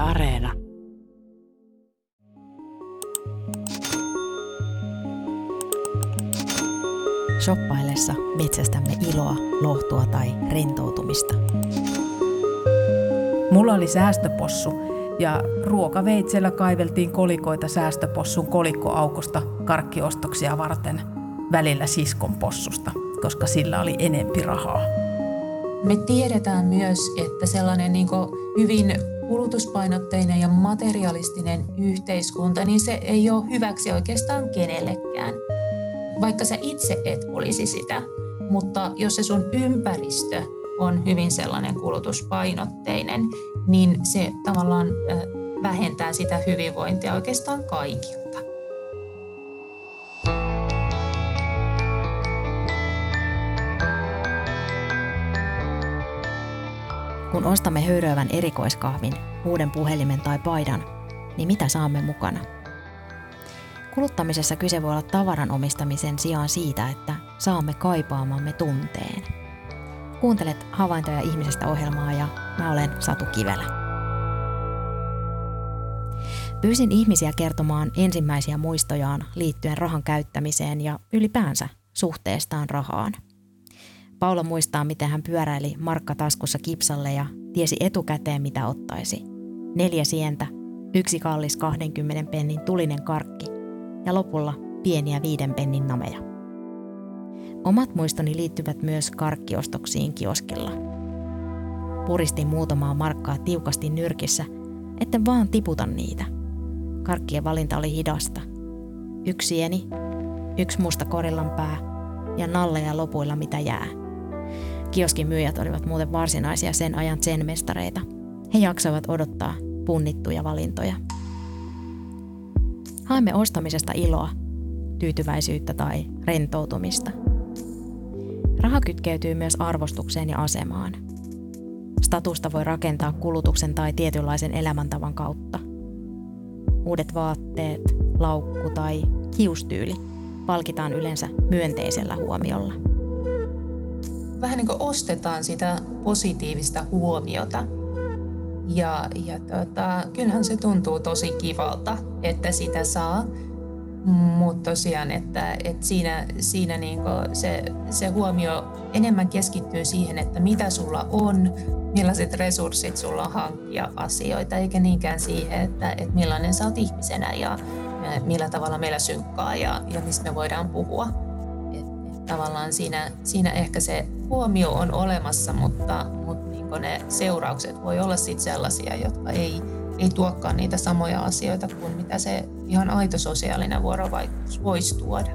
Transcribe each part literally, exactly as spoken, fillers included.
Areena. Shoppaillessa metsästämme iloa, lohtua tai rentoutumista. Mulla oli säästöpossu ja ruokaveitsellä kaiveltiin kolikoita säästöpossun kolikkoaukosta karkkiostoksia varten, välillä siskon possusta, koska sillä oli enempi rahaa. Me tiedetään myös, että sellainen niin kuin hyvin kulutuspainotteinen ja materialistinen yhteiskunta, niin se ei ole hyväksi oikeastaan kenellekään. Vaikka sä itse et olisi sitä, mutta jos se sun ympäristö on hyvin sellainen kulutuspainotteinen, niin se tavallaan vähentää sitä hyvinvointia oikeastaan kaikilta. Kun ostamme höyryävän erikoiskahvin, uuden puhelimen tai paidan, niin mitä saamme mukana? Kuluttamisessa kyse voi olla tavaran omistamisen sijaan siitä, että saamme kaipaamamme tunteen. Kuuntelet Havaintoja ihmisestä -ohjelmaa ja mä olen Satu Kivelä. Pyysin ihmisiä kertomaan ensimmäisiä muistojaan liittyen rahan käyttämiseen ja ylipäänsä suhteestaan rahaan. Paula muistaa, miten hän pyöräili markka taskussa kipsalle ja tiesi etukäteen, mitä ottaisi. Neljä sientä, yksi kallis kahdenkymmenen pennin tulinen karkki ja lopulla pieniä viiden pennin nameja. Omat muistoni liittyvät myös karkkiostoksiin kioskilla. Puristin muutamaa markkaa tiukasti nyrkissä, etten vaan tiputa niitä. Karkkien valinta oli hidasta. Yksi sieni, yksi musta korillanpää ja nalleja lopuilla mitä jää. Kioskin myyjät olivat muuten varsinaisia sen ajan zen-mestareita. He jaksoivat odottaa punnittuja valintoja. Haemme ostamisesta iloa, tyytyväisyyttä tai rentoutumista. Raha kytkeytyy myös arvostukseen ja asemaan. Statusta voi rakentaa kulutuksen tai tietynlaisen elämäntavan kautta. Uudet vaatteet, laukku tai hiustyyli palkitaan yleensä myönteisellä huomiolla. Vähän niin kuin ostetaan sitä positiivista huomiota. Ja, ja tota, kyllähän se tuntuu tosi kivalta, että sitä saa. Mutta tosiaan, että, että siinä, siinä niinku se, se huomio enemmän keskittyy siihen, että mitä sulla on, millaiset resurssit sulla on hankkia asioita, eikä niinkään siihen, että, että millainen sä oot ihmisenä ja millä tavalla meillä synkkaa ja, ja mistä me voidaan puhua. Et, et tavallaan siinä, siinä ehkä se huomio on olemassa, mutta, mutta niinku ne seuraukset voi olla sit sellaisia, jotka ei ei tuokaan niitä samoja asioita kuin mitä se ihan aito sosiaalinen vuorovaikutus voisi tuoda.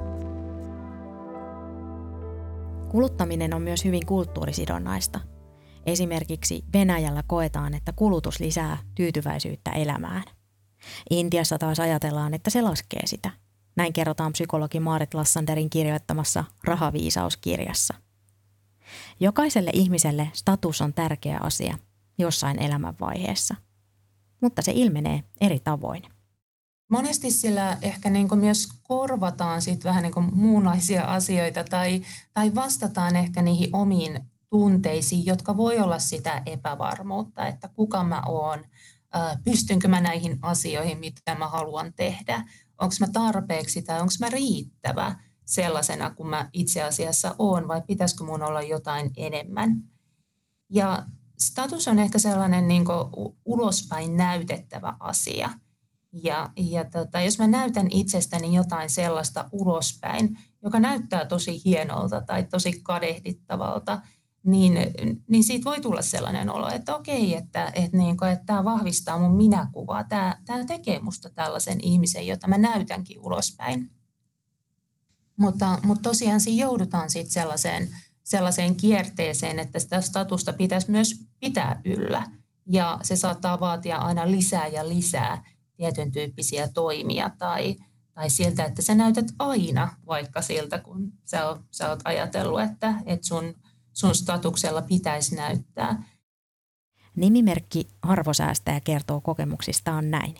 Kuluttaminen on myös hyvin kulttuurisidonnaista. Esimerkiksi Venäjällä koetaan, että kulutus lisää tyytyväisyyttä elämään. Intiassa taas ajatellaan, että se laskee sitä. Näin kerrotaan psykologi Maaret Lassanderin kirjoittamassa Rahaviisauskirjassa. Jokaiselle ihmiselle status on tärkeä asia jossain elämänvaiheessa. Mutta se ilmenee eri tavoin. Monesti sillä ehkä niin kuin myös korvataan sit vähän niin kuin muunlaisia asioita tai, tai vastataan ehkä niihin omiin tunteisiin, jotka voi olla sitä epävarmuutta, että kuka mä oon, pystynkö mä näihin asioihin, mitä mä haluan tehdä, onko mä tarpeeksi tai onko mä riittävä sellaisena kuin mä itse asiassa oon vai pitäisikö mun olla jotain enemmän. Ja status on ehkä sellainen niin kuin ulospäin näytettävä asia. Ja, ja tota, jos mä näytän itsestäni jotain sellaista ulospäin, joka näyttää tosi hienolta tai tosi kadehdittavalta, niin, niin siitä voi tulla sellainen olo, että okei, että, että, niin kuin, että tämä vahvistaa mun minäkuvaa. Tämä, tämä tekee musta tällaisen ihmisen, jota mä näytänkin ulospäin. Mutta, mutta tosiaan siinä joudutaan sitten sellaiseen sellaiseen kierteeseen, että sitä statusta pitäisi myös pitää yllä. Ja se saattaa vaatia aina lisää ja lisää tietyn tyyppisiä toimia tai, tai siltä, että sä näytät aina vaikka siltä, kun sä oot, sä oot ajatellut, että, että sun, sun statuksella pitäisi näyttää. Nimimerkki Arvosäästäjä kertoo kokemuksistaan näin.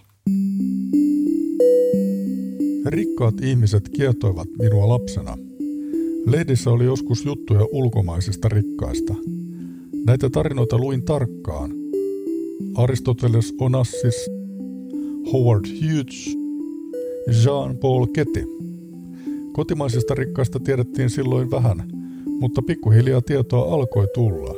Rikkaat ihmiset kietoivat minua lapsena. Lehdissä oli joskus juttuja ulkomaisista rikkaista. Näitä tarinoita luin tarkkaan. Aristoteles Onassis, Howard Hughes ja Jean-Paul Getty. Kotimaisista rikkaista tiedettiin silloin vähän, mutta pikkuhiljaa tietoa alkoi tulla.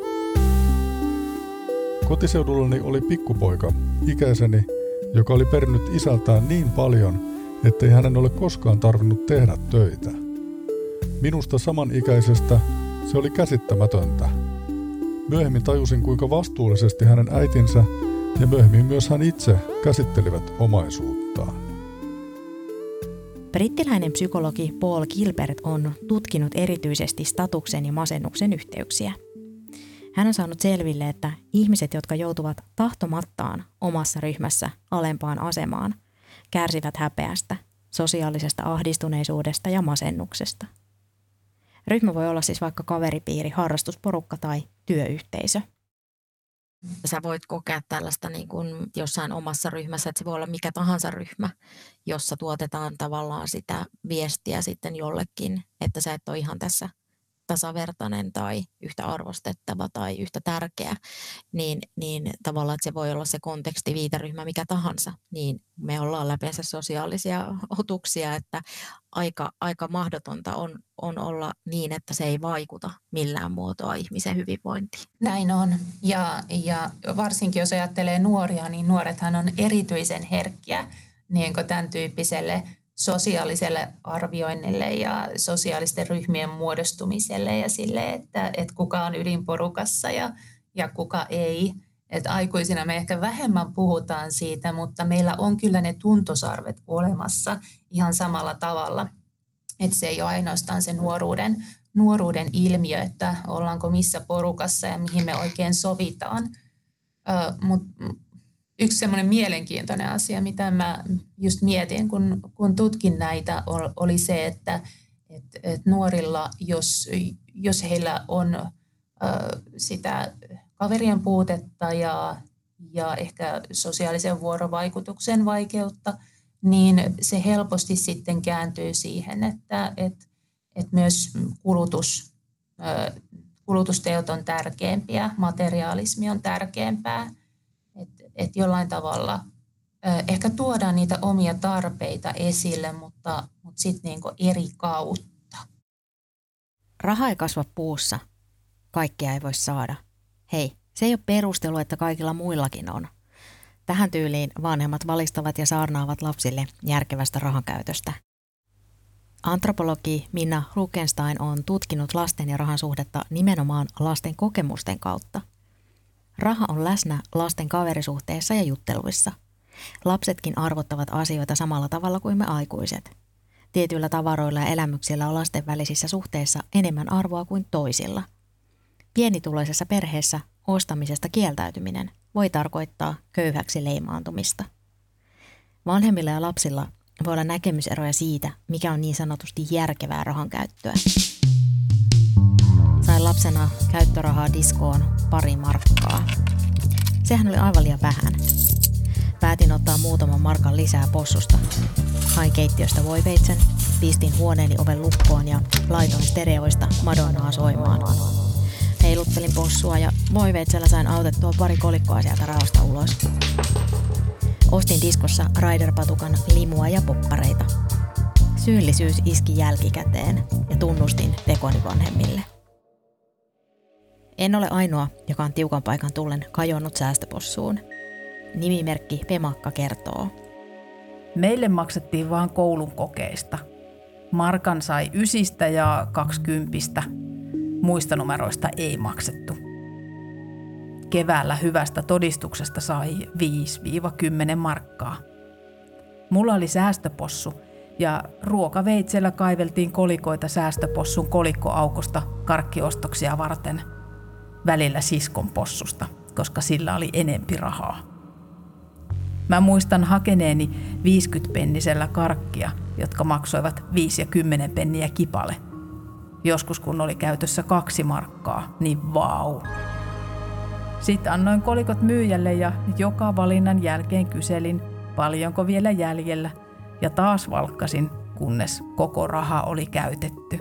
Kotiseudullani oli pikkupoika, ikäiseni, joka oli perinnyt isältään niin paljon, ettei hänen ole koskaan tarvinnut tehdä töitä. Minusta samanikäisestä se oli käsittämätöntä. Myöhemmin tajusin, kuinka vastuullisesti hänen äitinsä ja myöhemmin myös hän itse käsittelivät omaisuuttaan. Brittiläinen psykologi Paul Gilbert on tutkinut erityisesti statuksen ja masennuksen yhteyksiä. Hän on saanut selville, että ihmiset, jotka joutuvat tahtomattaan omassa ryhmässä alempaan asemaan, kärsivät häpeästä, sosiaalisesta ahdistuneisuudesta ja masennuksesta. Ryhmä voi olla siis vaikka kaveripiiri, harrastusporukka tai työyhteisö. Sä voit kokea tällaista niin kuin jossain omassa ryhmässä, että se voi olla mikä tahansa ryhmä, jossa tuotetaan tavallaan sitä viestiä sitten jollekin, että sä et ole ihan tässä tasavertainen tai yhtä arvostettava tai yhtä tärkeä, niin, niin tavallaan, että se voi olla se konteksti, viiteryhmä, mikä tahansa, niin me ollaan läpeensä sosiaalisia otuksia, että aika, aika mahdotonta on, on olla niin, että se ei vaikuta millään muotoa ihmisen hyvinvointiin. Näin on. Ja, ja varsinkin jos ajattelee nuoria, niin nuorethan on erityisen herkkiä niin kuin tämän tyyppiselle sosiaaliselle arvioinnille ja sosiaalisten ryhmien muodostumiselle ja sille, että, että kuka on ydinporukassa ja, ja kuka ei. Että aikuisina me ehkä vähemmän puhutaan siitä, mutta meillä on kyllä ne tuntosarvet olemassa ihan samalla tavalla. Että se ei ole ainoastaan se nuoruuden, nuoruuden ilmiö, että ollaanko missä porukassa ja mihin me oikein sovitaan. Ö, mut, Yksi semmoinen mielenkiintoinen asia, mitä mä just mietin, kun, kun tutkin näitä, oli se, että et, et nuorilla, jos, jos heillä on ö, sitä kaverien puutetta ja, ja ehkä sosiaalisen vuorovaikutuksen vaikeutta, niin se helposti sitten kääntyy siihen, että et, et myös kulutus, ö, kulutusteot on tärkeämpiä, materiaalismi on tärkeämpää. Että et jollain tavalla eh, ehkä tuodaan niitä omia tarpeita esille, mutta, mutta sitten niinku eri kautta. Raha ei kasva puussa. Kaikkea ei voi saada. Hei, se ei ole perustelu, että kaikilla muillakin on. Tähän tyyliin vanhemmat valistavat ja saarnaavat lapsille järkevästä rahankäytöstä. Antropologi Minna Rukenstein on tutkinut lasten ja rahan suhdetta nimenomaan lasten kokemusten kautta. Raha on läsnä lasten kaverisuhteissa ja jutteluissa. Lapsetkin arvottavat asioita samalla tavalla kuin me aikuiset. Tietyillä tavaroilla ja elämyksillä on lasten välisissä suhteissa enemmän arvoa kuin toisilla. Pienituloisessa perheessä ostamisesta kieltäytyminen voi tarkoittaa köyhäksi leimaantumista. Vanhemmilla ja lapsilla voi olla näkemyseroja siitä, mikä on niin sanotusti järkevää rahankäyttöä. Sain lapsena käyttörahaa diskoon pari markkaa. Sehän oli aivan liian vähän. Päätin ottaa muutaman markan lisää possusta. Hain keittiöstä voiveitsen, pistin huoneeni oven lukkoon ja laitoin stereoista Madonnaa soimaan. Heiluttelin possua ja voiveitsellä sain autettua pari kolikkoa sieltä raosta ulos. Ostin diskossa Raider-patukan limua ja poppareita. Syyllisyys iski jälkikäteen ja tunnustin tekoni vanhemmille. En ole ainoa, joka on tiukan paikan tullen kajonnut säästöpossuun. Nimimerkki Pemakka kertoo. Meille maksettiin vaan koulun kokeista. Markan sai ysistä ja kaksikympistä. Muista numeroista ei maksettu. Keväällä hyvästä todistuksesta sai viisi kymmenen markkaa. Mulla oli säästöpossu ja ruokaveitsellä kaiveltiin kolikoita säästöpossun kolikkoaukosta karkkiostoksia varten. Välillä siskon possusta, koska sillä oli enempi rahaa. Mä muistan hakeneeni viisikymmenpennisellä karkkia, jotka maksoivat viisi ja kymmenen penniä kipale. Joskus kun oli käytössä kaksi markkaa, niin vau. Sitten annoin kolikot myyjälle ja joka valinnan jälkeen kyselin, paljonko vielä jäljellä, ja taas valkkasin, kunnes koko raha oli käytetty.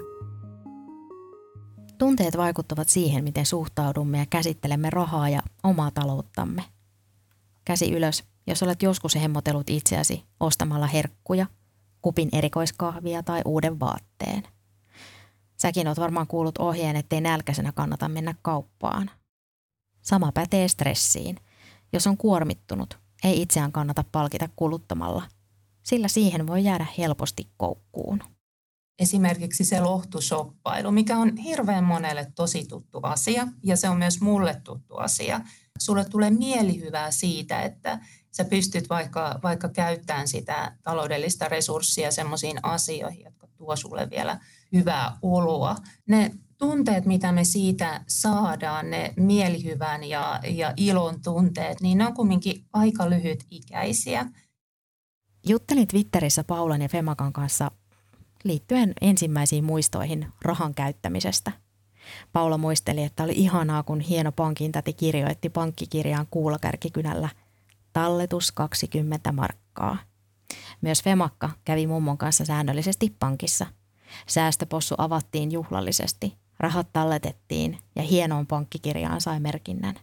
Tunteet vaikuttavat siihen, miten suhtaudumme ja käsittelemme rahaa ja omaa talouttamme. käsi ylös, jos olet joskus hemmotellut itseäsi ostamalla herkkuja, kupin erikoiskahvia tai uuden vaatteen. Säkin oot varmaan kuullut ohjeen, ettei nälkäisenä kannata mennä kauppaan. Sama pätee stressiin. Jos on kuormittunut, ei itseään kannata palkita kuluttamalla, sillä siihen voi jäädä helposti koukkuun. Esimerkiksi se lohtushoppailu, mikä on hirveän monelle tosi tuttu asia ja se on myös mulle tuttu asia. Sulle tulee mielihyvää siitä, että sä pystyt vaikka, vaikka käyttämään sitä taloudellista resurssia semmoisiin asioihin, jotka tuo sulle vielä hyvää oloa. Ne tunteet, mitä me siitä saadaan, ne mielihyvän ja, ja ilon tunteet, niin ne on kumminkin aika lyhytikäisiä. Juttelin Twitterissä Paulan ja Femakan kanssa liittyen ensimmäisiin muistoihin rahan käyttämisestä. Paula muisteli, että oli ihanaa, kun hieno pankintäti kirjoitti pankkikirjaan kuulakärkikynällä talletus kaksikymmentä markkaa. Myös Femakka kävi mummon kanssa säännöllisesti pankissa. Säästöpossu avattiin juhlallisesti, rahat talletettiin ja hienoon pankkikirjaan sai merkinnän.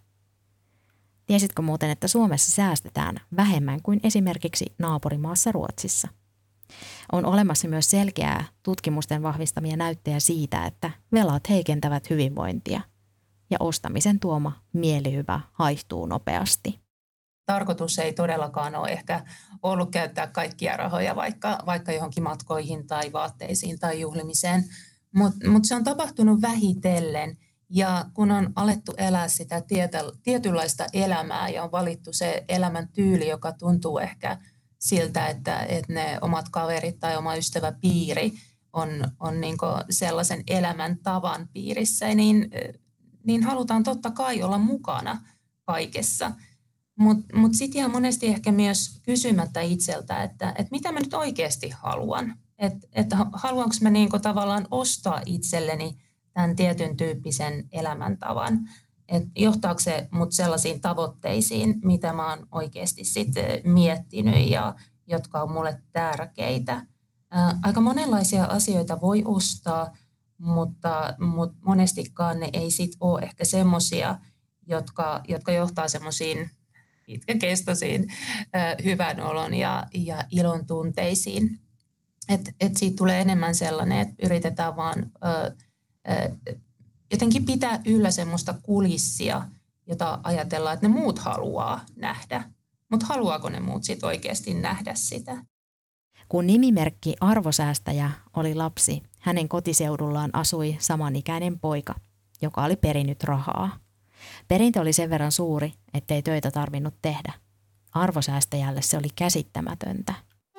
Tiesitkö muuten, että Suomessa säästetään vähemmän kuin esimerkiksi naapurimaassa Ruotsissa? On olemassa myös selkeää tutkimusten vahvistamia näyttöjä siitä, että velat heikentävät hyvinvointia ja ostamisen tuoma mielihyvä haihtuu nopeasti. Tarkoitus ei todellakaan ole ehkä ollut käyttää kaikkia rahoja vaikka, vaikka johonkin matkoihin tai vaatteisiin tai juhlimiseen, mutta mut se on tapahtunut vähitellen ja kun on alettu elää sitä tietä, tietynlaista elämää ja on valittu se elämäntyyli, joka tuntuu ehkä siltä, että, että ne omat kaverit tai oma ystäväpiiri on, on niin kuin sellaisen elämäntavan piirissä, niin, niin halutaan totta kai olla mukana kaikessa. Mutta mut sitten jää monesti ehkä myös kysymättä itseltä, että, että mitä mä nyt oikeasti haluan. Että et haluanko mä niinku tavallaan ostaa itselleni tämän tietyn tyyppisen elämäntavan. Että johtaako se mut sellaisiin tavoitteisiin, mitä mä oon oikeasti sitten miettinyt ja jotka on mulle tärkeitä. Ää, aika monenlaisia asioita voi ostaa, mutta, mutta monestikaan ne ei sit ole ehkä semmoisia, jotka, jotka johtaa semmoisiin pitkäkestoisiin ää, hyvän olon ja, ja ilon tunteisiin. Että et siitä tulee enemmän sellainen, että yritetään vaan ää, ää, jotenkin pitää yllä semmoista kulissia, jota ajatellaan, että ne muut haluaa nähdä. Mutta haluaako ne muut sitten oikeasti nähdä sitä? Kun nimimerkki Arvosäästäjä oli lapsi, hänen kotiseudullaan asui samanikäinen poika, joka oli perinyt rahaa. Perintö oli sen verran suuri, ettei töitä tarvinnut tehdä. Arvosäästäjälle se oli käsittämätöntä.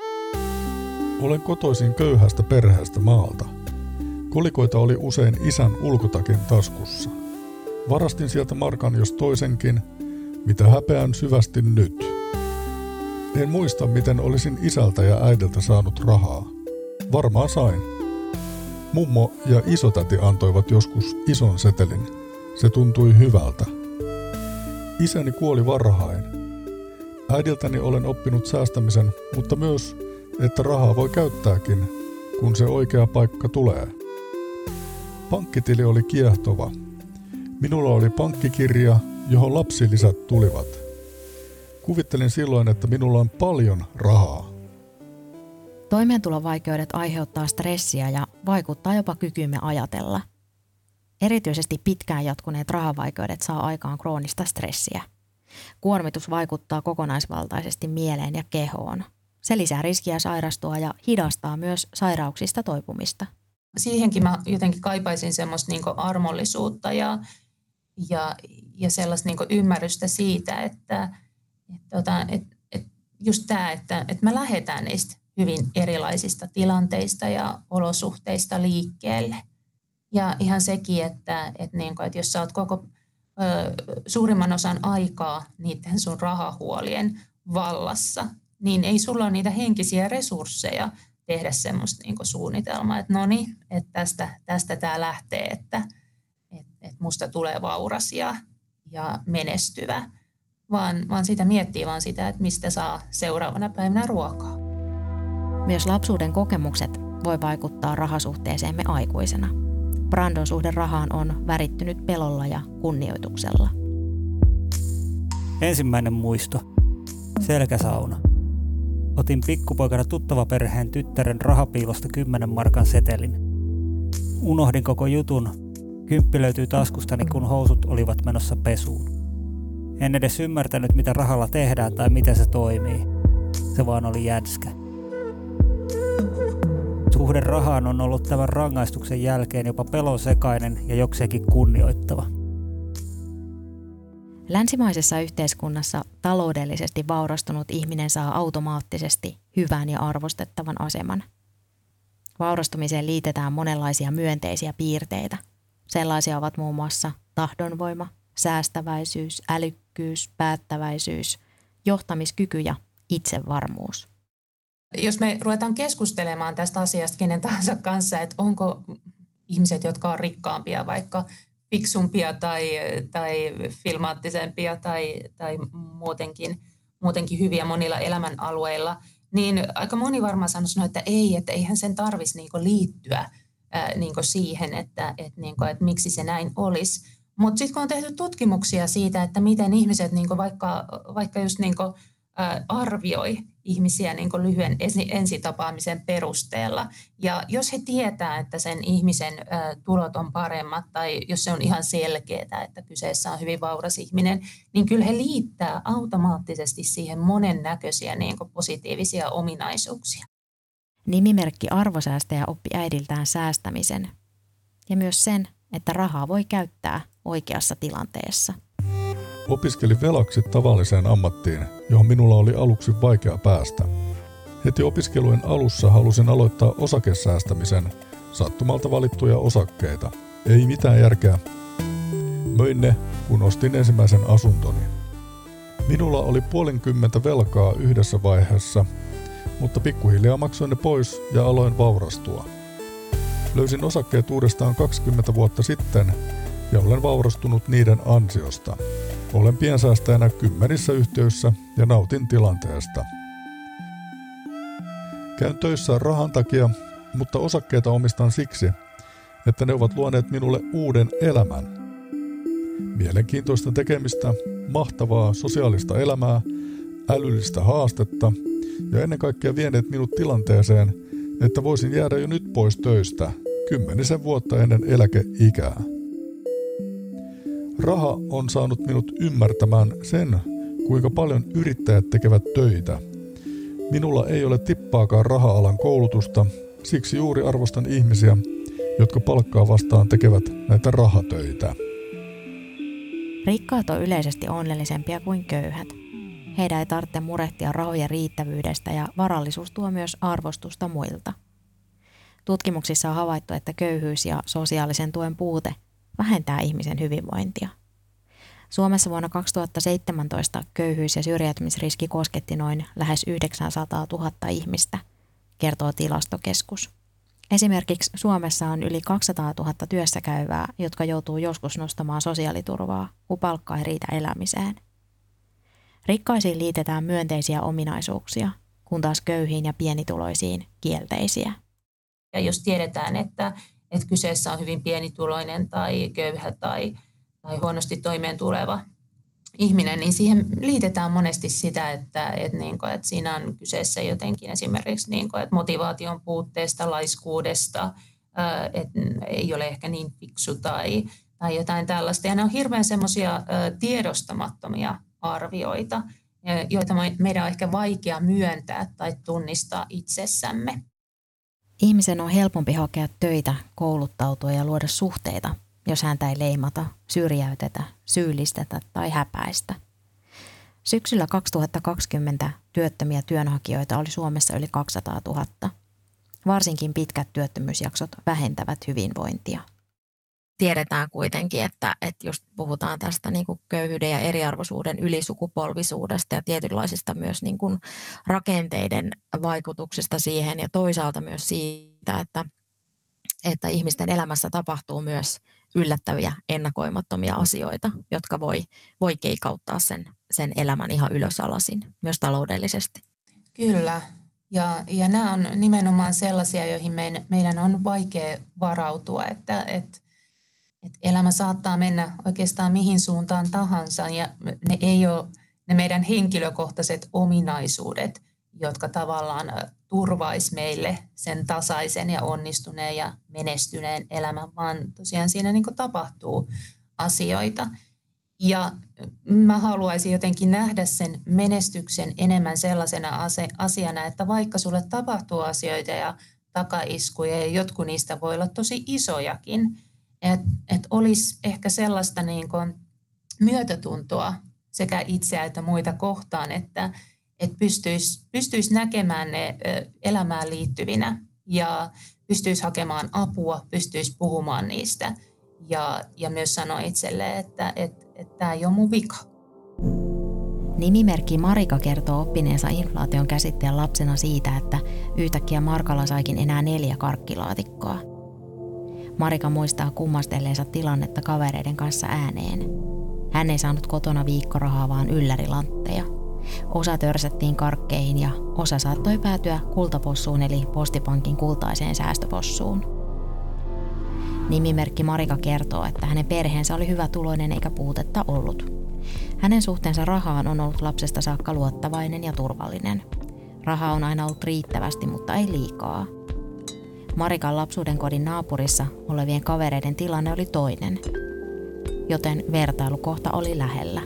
Olen kotoisin köyhästä perheestä maalta. Kolikoita oli usein isän ulkotakin taskussa. Varastin sieltä markan jos toisenkin, mitä häpeän syvästi nyt. En muista, miten olisin isältä ja äidiltä saanut rahaa. Varmaan sain. Mummo ja isotäti antoivat joskus ison setelin. Se tuntui hyvältä. Isäni kuoli varhain. Äidiltäni olen oppinut säästämisen, mutta myös, että rahaa voi käyttääkin, kun se oikea paikka tulee. Pankkitili oli kiehtova. Minulla oli pankkikirja, johon lapsilisät tulivat. Kuvittelin silloin, että minulla on paljon rahaa. Toimeentulovaikeudet aiheuttaa stressiä ja vaikuttaa jopa kykyymme ajatella. Erityisesti pitkään jatkuneet rahavaikeudet saa aikaan kroonista stressiä. Kuormitus vaikuttaa kokonaisvaltaisesti mieleen ja kehoon. Se lisää riskiä sairastua ja hidastaa myös sairauksista toipumista. Siihenkin mä jotenkin kaipaisin semmoista niin kuin armollisuutta ja, ja, ja sellaista niin kuin ymmärrystä siitä, että, että, että, että just tämä, että, että me lähdetään niistä hyvin erilaisista tilanteista ja olosuhteista liikkeelle. Ja ihan sekin, että, että, niin kuin, että jos sä oot koko ö, suurimman osan aikaa niiden sun rahahuolien vallassa, niin ei sulla ole niitä henkisiä resursseja tehdä semmoista niin kuin suunnitelmaa, että no niin, että tästä, tästä tämä lähtee, että, että, että musta tulee vauras ja, ja menestyvä, vaan, vaan sitä miettii vaan sitä, että mistä saa seuraavana päivänä ruokaa. Myös lapsuuden kokemukset voi vaikuttaa rahasuhteeseemme aikuisena. Brandon suhde rahaan on värittynyt pelolla ja kunnioituksella. Ensimmäinen muisto. Selkäsauna. Otin pikkupoikana tuttavaperheen tyttären rahapiilosta kymmenen markan setelin. Unohdin koko jutun. Kymppi löytyi taskustani, kun housut olivat menossa pesuun. En edes ymmärtänyt, mitä rahalla tehdään tai miten se toimii. Se vaan oli jänskä. Suhde rahaan on ollut tämän rangaistuksen jälkeen jopa pelonsekainen ja jokseenkin kunnioittava. Länsimaisessa yhteiskunnassa taloudellisesti vaurastunut ihminen saa automaattisesti hyvän ja arvostettavan aseman. Vaurastumiseen liitetään monenlaisia myönteisiä piirteitä. Sellaisia ovat muun muassa tahdonvoima, säästäväisyys, älykkyys, päättäväisyys, johtamiskyky ja itsevarmuus. Jos me ruvetaan keskustelemaan tästä asiasta kenen tahansa kanssa, että onko ihmiset, jotka on rikkaampia, vaikka fiksumpia tai, tai filmaattisempia tai, tai muutenkin, muutenkin hyviä monilla elämänalueilla, niin aika moni varmaan sanoo, että ei, että eihän sen tarvitsisi niinku liittyä ää, niinku siihen, että, et, niinku, että miksi se näin olisi. Mutta sitten kun on tehty tutkimuksia siitä, että miten ihmiset niinku vaikka, vaikka just niinku, ää, arvioi ihmisiä niinku lyhyen ensitapaamisen perusteella. Ja jos he tietää, että sen ihmisen ää, tulot on paremmat tai jos se on ihan selkeää, että kyseessä on hyvin vauras ihminen, niin kyllä he liittää automaattisesti siihen monennäköisiä niinku positiivisia ominaisuuksia. Nimimerkki arvosäästäjä oppi äidiltään säästämisen ja myös sen, että rahaa voi käyttää oikeassa tilanteessa. Opiskelin velaksi tavalliseen ammattiin, johon minulla oli aluksi vaikea päästä. Heti opiskelujen alussa halusin aloittaa osakesäästämisen, sattumalta valittuja osakkeita. Ei mitään järkeä. Möin ne, kun ostin ensimmäisen asuntoni. Minulla oli puolenkymmentä velkaa yhdessä vaiheessa, mutta pikkuhiljaa maksoin ne pois ja aloin vaurastua. Löysin osakkeet uudestaan kaksikymmentä vuotta sitten ja olen vaurastunut niiden ansiosta. Olen piensäästäjänä kymmenissä yhtiöissä ja nautin tilanteesta. Käyn töissä rahan takia, mutta osakkeita omistan siksi, että ne ovat luoneet minulle uuden elämän. Mielenkiintoista tekemistä, mahtavaa sosiaalista elämää, älyllistä haastetta ja ennen kaikkea vieneet minut tilanteeseen, että voisin jäädä jo nyt pois töistä kymmenisen vuotta ennen eläkeikää. Raha on saanut minut ymmärtämään sen, kuinka paljon yrittäjät tekevät töitä. Minulla ei ole tippaakaan raha-alan koulutusta, siksi juuri arvostan ihmisiä, jotka palkkaa vastaan tekevät näitä rahatöitä. Rikkaat on yleisesti onnellisempia kuin köyhät. Heidän ei tarvitse murehtia rahojen riittävyydestä ja varallisuus tuo myös arvostusta muilta. Tutkimuksissa on havaittu, että köyhyys ja sosiaalisen tuen puute vähentää ihmisen hyvinvointia. Suomessa vuonna kaksituhattaseitsemäntoista köyhyys- ja syrjäytymisriski kosketti noin lähes yhdeksänsataatuhatta ihmistä, kertoo Tilastokeskus. Esimerkiksi Suomessa on yli kaksisataatuhatta työssäkäyvää, jotka joutuu joskus nostamaan sosiaaliturvaa, kun palkka ei riitä elämiseen. Rikkaisiin liitetään myönteisiä ominaisuuksia, kun taas köyhiin ja pienituloisiin kielteisiä. Ja jos tiedetään, että, että kyseessä on hyvin pienituloinen tai köyhä tai, tai huonosti toimeen tuleva ihminen, niin siihen liitetään monesti sitä, että, että, niin kuin, että siinä on kyseessä jotenkin esimerkiksi niin kuin, että motivaation puutteesta, laiskuudesta, että ei ole ehkä niin fiksu tai, tai jotain tällaista. Ja ne on hirveän semmoisia tiedostamattomia arvioita, joita meidän on ehkä vaikea myöntää tai tunnistaa itsessämme. Ihmisen on helpompi hakea töitä, kouluttautua ja luoda suhteita, jos häntä ei leimata, syrjäytetä, syyllistetä tai häpäistä. Syksyllä kaksituhattakaksikymmentä työttömiä työnhakijoita oli Suomessa yli kaksisataatuhatta. Varsinkin pitkät työttömyysjaksot vähentävät hyvinvointia. Tiedetään kuitenkin, että, että just puhutaan tästä niin kuin köyhyyden ja eriarvoisuuden ylisukupolvisuudesta ja tietynlaisista myös niin kuin rakenteiden vaikutuksista siihen ja toisaalta myös siitä, että, että ihmisten elämässä tapahtuu myös yllättäviä, ennakoimattomia asioita, jotka voi, voi keikauttaa sen, sen elämän ihan ylösalasin, myös taloudellisesti. Kyllä, ja, ja nämä on nimenomaan sellaisia, joihin meidän, meidän on vaikea varautua, että, että Et elämä saattaa mennä oikeastaan mihin suuntaan tahansa ja ne ei ole ne meidän henkilökohtaiset ominaisuudet, jotka tavallaan turvaisi meille sen tasaisen ja onnistuneen ja menestyneen elämän, vaan tosiaan siinä niin kuin tapahtuu asioita. Ja mä haluaisin jotenkin nähdä sen menestyksen enemmän sellaisena asiana, että vaikka sulle tapahtuu asioita ja takaiskuja ja jotkut niistä voi olla tosi isojakin, että et olisi ehkä sellaista niin kuin myötätuntoa sekä itseä että muita kohtaan, että et pystyisi, pystyisi näkemään ne elämään liittyvinä ja pystyisi hakemaan apua, pystyisi puhumaan niistä ja, ja myös sanoa itselleen, että et, et tämä ei ole mun vika. Nimimerkki Marika kertoo oppineensa inflaation käsitteen lapsena siitä, että yhtäkkiä Markalla saikin enää neljä karkkilaatikkoa. Marika muistaa kummastelleensa tilannetta kavereiden kanssa ääneen. Hän ei saanut kotona viikkorahaa, vaan yllärilantteja. Osa törsättiin karkkeihin ja osa saattoi päätyä kultapossuun eli Postipankin kultaiseen säästöpossuun. Nimimerkki Marika kertoo, että hänen perheensä oli hyvätuloinen eikä puutetta ollut. Hänen suhteensa rahaan on ollut lapsesta saakka luottavainen ja turvallinen. Raha on aina ollut riittävästi, mutta ei liikaa. Marikan lapsuuden kodin naapurissa olevien kavereiden tilanne oli toinen, joten vertailukohta oli lähellä.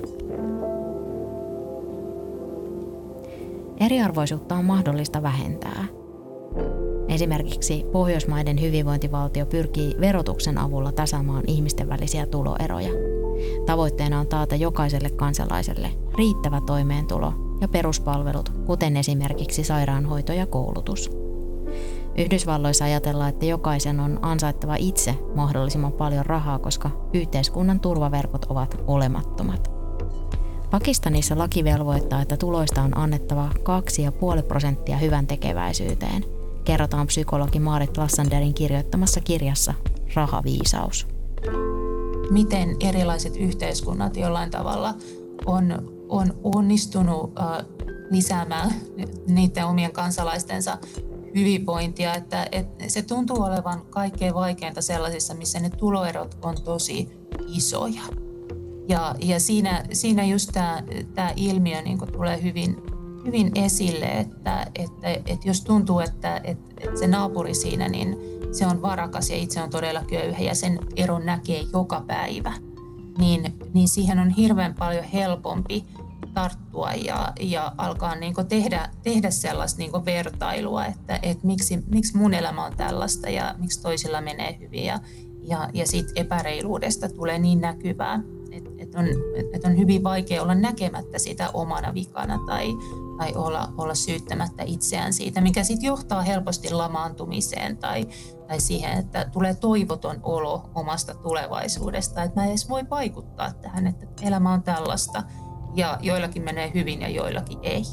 Eriarvoisuutta on mahdollista vähentää. Esimerkiksi Pohjoismaiden hyvinvointivaltio pyrkii verotuksen avulla tasaamaan ihmisten välisiä tuloeroja. Tavoitteena on taata jokaiselle kansalaiselle riittävä toimeentulo ja peruspalvelut, kuten esimerkiksi sairaanhoito ja koulutus. Yhdysvalloissa ajatellaan, että jokaisen on ansaittava itse mahdollisimman paljon rahaa, koska yhteiskunnan turvaverkot ovat olemattomat. Pakistanissa laki velvoittaa, että tuloista on annettava kaksi pilkku viisi prosenttia hyvän tekeväisyyteen, kerrotaan psykologi Maarit Lassanderin kirjoittamassa kirjassa Rahaviisaus. Miten erilaiset yhteiskunnat jollain tavalla on, on onnistunut äh, lisäämään niiden omien kansalaistensa hyvinvointia, että, että se tuntuu olevan kaikkein vaikeinta sellaisissa, missä ne tuloerot on tosi isoja. Ja, ja siinä, siinä just tämä, tämä ilmiö niin kuin tulee hyvin, hyvin esille, että, että, että jos tuntuu, että, että, että se naapuri siinä, niin se on varakas ja itse on todella köyhä ja sen eron näkee joka päivä, niin, niin siihen on hirveän paljon helpompi tarttua ja, ja alkaa niin kuin tehdä, tehdä sellaista niin kuin vertailua, että, että miksi, miksi mun elämä on tällaista ja miksi toisilla menee hyvin ja, ja, ja siitä epäreiluudesta tulee niin näkyvää, että, että, on, että on hyvin vaikea olla näkemättä sitä omana vikana tai, tai olla, olla syyttämättä itseään siitä, mikä sitten johtaa helposti lamaantumiseen tai, tai siihen, että tulee toivoton olo omasta tulevaisuudesta, että mä en edes voi vaikuttaa tähän, että elämä on tällaista. Ja joillakin menee hyvin ja joillakin ei.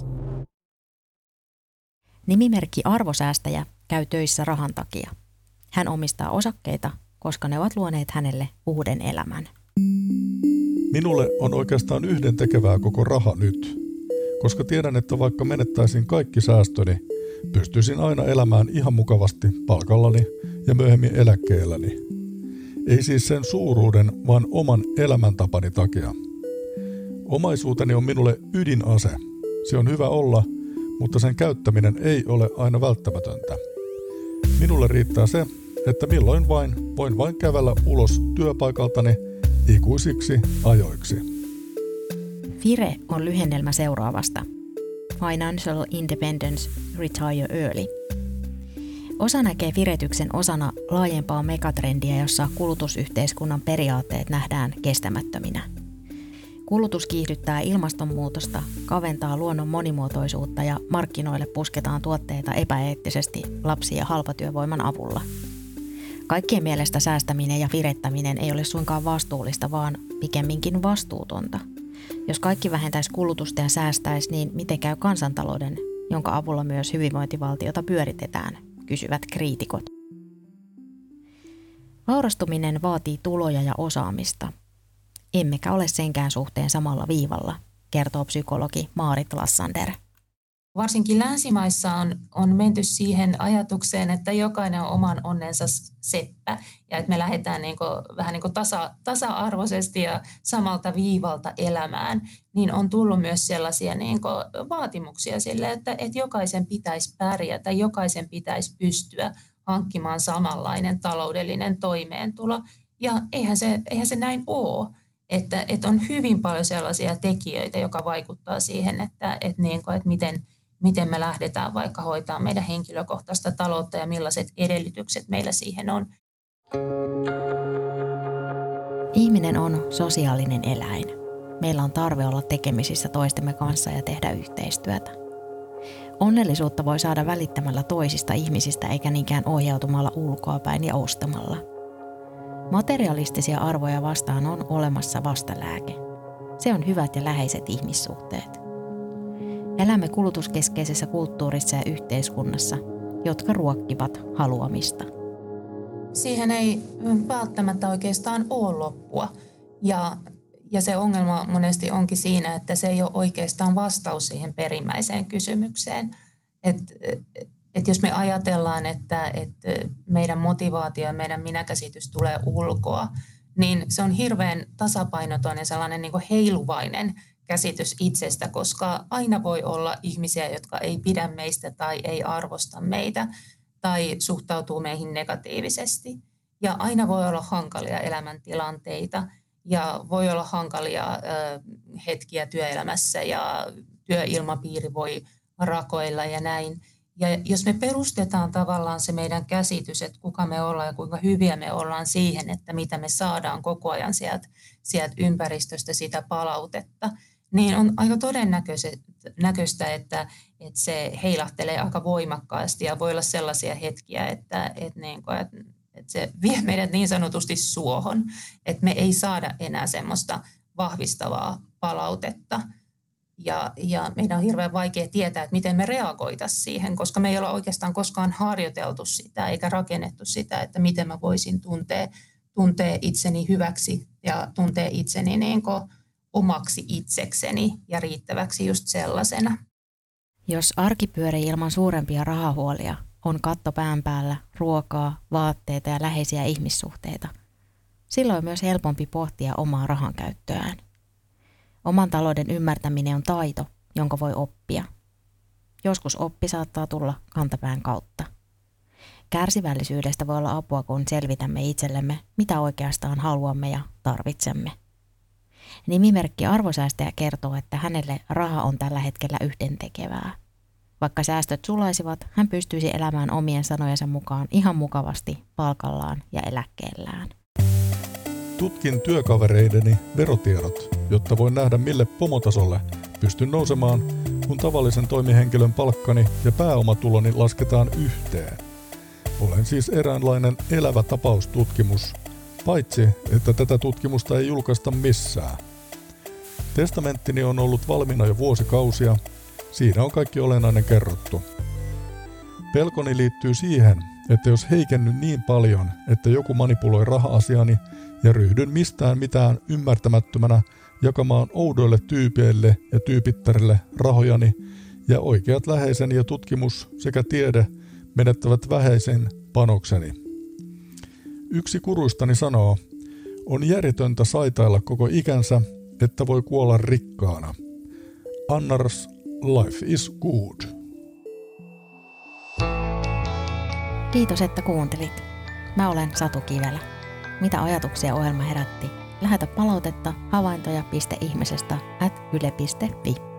Nimimerkki Arvosäästäjä käy töissä rahan takia. Hän omistaa osakkeita, koska ne ovat luoneet hänelle uuden elämän. Minulle on oikeastaan yhden tekevää koko raha nyt, koska tiedän, että vaikka menettäisin kaikki säästöni, pystyisin aina elämään ihan mukavasti palkallani ja myöhemmin eläkkeelläni. Ei siis sen suuruuden, vaan oman elämäntapani takia. Omaisuuteni on minulle ydinase. Se on hyvä olla, mutta sen käyttäminen ei ole aina välttämätöntä. Minulle riittää se, että milloin vain voin vain kävellä ulos työpaikaltani ikuisiksi ajoiksi. FIRE on lyhennelmä seuraavasta. Financial Independence Retire Early. Osa näkee firetyksen osana laajempaa megatrendiä, jossa kulutusyhteiskunnan periaatteet nähdään kestämättöminä. Kulutus kiihdyttää ilmastonmuutosta, kaventaa luonnon monimuotoisuutta ja markkinoille pusketaan tuotteita epäeettisesti lapsi- ja halpatyövoiman avulla. Kaikkien mielestä säästäminen ja firettäminen ei ole suinkaan vastuullista, vaan pikemminkin vastuutonta. Jos kaikki vähentäisi kulutusta ja säästäisi, niin miten käy kansantalouden, jonka avulla myös hyvinvointivaltiota pyöritetään, kysyvät kriitikot. Vaurastuminen vaatii tuloja ja osaamista. Emmekä ole senkään suhteen samalla viivalla, kertoo psykologi Maarit Lassander. Varsinkin länsimaissa on, on menty siihen ajatukseen, että jokainen on oman onnensa seppä ja että me lähdetään niin kuin, vähän niin kuin tasa, tasa-arvoisesti ja samalta viivalta elämään, niin on tullut myös sellaisia niin kuin vaatimuksia sille, että, että jokaisen pitäisi pärjätä, jokaisen pitäisi pystyä hankkimaan samanlainen taloudellinen toimeentulo. Ja eihän se, eihän se näin ole, että, että on hyvin paljon sellaisia tekijöitä, jotka vaikuttaa siihen, että, että, niin kuin, että miten miten me lähdetään vaikka hoitaa meidän henkilökohtaista taloutta ja millaiset edellytykset meillä siihen on. Ihminen on sosiaalinen eläin. Meillä on tarve olla tekemisissä toistemme kanssa ja tehdä yhteistyötä. Onnellisuutta voi saada välittämällä toisista ihmisistä eikä niinkään ohjautumalla ulkoapäin ja ostamalla. Materialistisia arvoja vastaan on olemassa vastalääke. Se on hyvät ja läheiset ihmissuhteet. Elämme kulutuskeskeisessä kulttuurissa ja yhteiskunnassa, jotka ruokkivat haluamista. Siihen ei välttämättä oikeastaan ole loppua. Ja, ja se ongelma monesti onkin siinä, että se ei ole oikeastaan vastaus siihen perimmäiseen kysymykseen. Että et jos me ajatellaan, että et meidän motivaatio ja meidän minäkäsitys tulee ulkoa, niin se on hirveän tasapainoton ja sellainen niin kuin heiluvainen käsitys itsestä, koska aina voi olla ihmisiä, jotka ei pidä meistä tai ei arvosta meitä tai suhtautuu meihin negatiivisesti. Ja aina voi olla hankalia elämäntilanteita ja voi olla hankalia ö, hetkiä työelämässä ja työilmapiiri voi rakoilla ja näin. Ja jos me perustetaan tavallaan se meidän käsitys, että kuka me ollaan ja kuinka hyviä me ollaan siihen, että mitä me saadaan koko ajan sieltä, sieltä ympäristöstä sitä palautetta, niin on aika todennäköistä, että, että se heilahtelee aika voimakkaasti ja voi olla sellaisia hetkiä, että, että, niin kuin, että, että se vie meidät niin sanotusti suohon, että me ei saada enää semmoista vahvistavaa palautetta. Ja, ja meidän on hirveän vaikea tietää, että miten me reagoitaisiin siihen, koska me ei olla oikeastaan koskaan harjoiteltu sitä eikä rakennettu sitä, että miten mä voisin tuntea, tuntea itseni hyväksi ja tuntea itseni niin kuin omaksi itsekseni ja riittäväksi just sellaisena. Jos arki pyörii ilman suurempia rahahuolia, on katto pään päällä, ruokaa, vaatteita ja läheisiä ihmissuhteita, silloin on myös helpompi pohtia omaa rahankäyttöään. Oman talouden ymmärtäminen on taito, jonka voi oppia. Joskus oppi saattaa tulla kantapään kautta. Kärsivällisyydestä voi olla apua, kun selvitämme itsellemme, mitä oikeastaan haluamme ja tarvitsemme. Nimimerkki Arvosäästäjä kertoo, että hänelle raha on tällä hetkellä yhdentekevää. Vaikka säästöt sulaisivat, hän pystyisi elämään omien sanojensa mukaan ihan mukavasti palkallaan ja eläkkeellään. Tutkin työkavereideni verotiedot, jotta voin nähdä mille pomotasolle pystyn nousemaan, kun tavallisen toimihenkilön palkkani ja pääomatuloni lasketaan yhteen. Olen siis eräänlainen elävä tapaustutkimus, paitsi että tätä tutkimusta ei julkaista missään. Testamenttini on ollut valmiina jo vuosikausia, siinä on kaikki olennainen kerrottu. Pelkoni liittyy siihen, että jos heikennyn niin paljon, että joku manipuloi raha-asiani ja ryhdyn mistään mitään ymmärtämättömänä jakamaan oudoille tyypeille ja tyypittärille rahojani ja oikeat läheiseni ja tutkimus sekä tiede menettävät vähäisen panokseni. Yksi kuruistani sanoo, on järjetöntä saitailla koko ikänsä, että voi kuolla rikkaana. Annars, life is good. Kiitos, että kuuntelit. Mä olen Satu Kivelä. Mitä ajatuksia ohjelma herätti? Lähetä palautetta havaintoja piste ihmisestä at yle piste fi.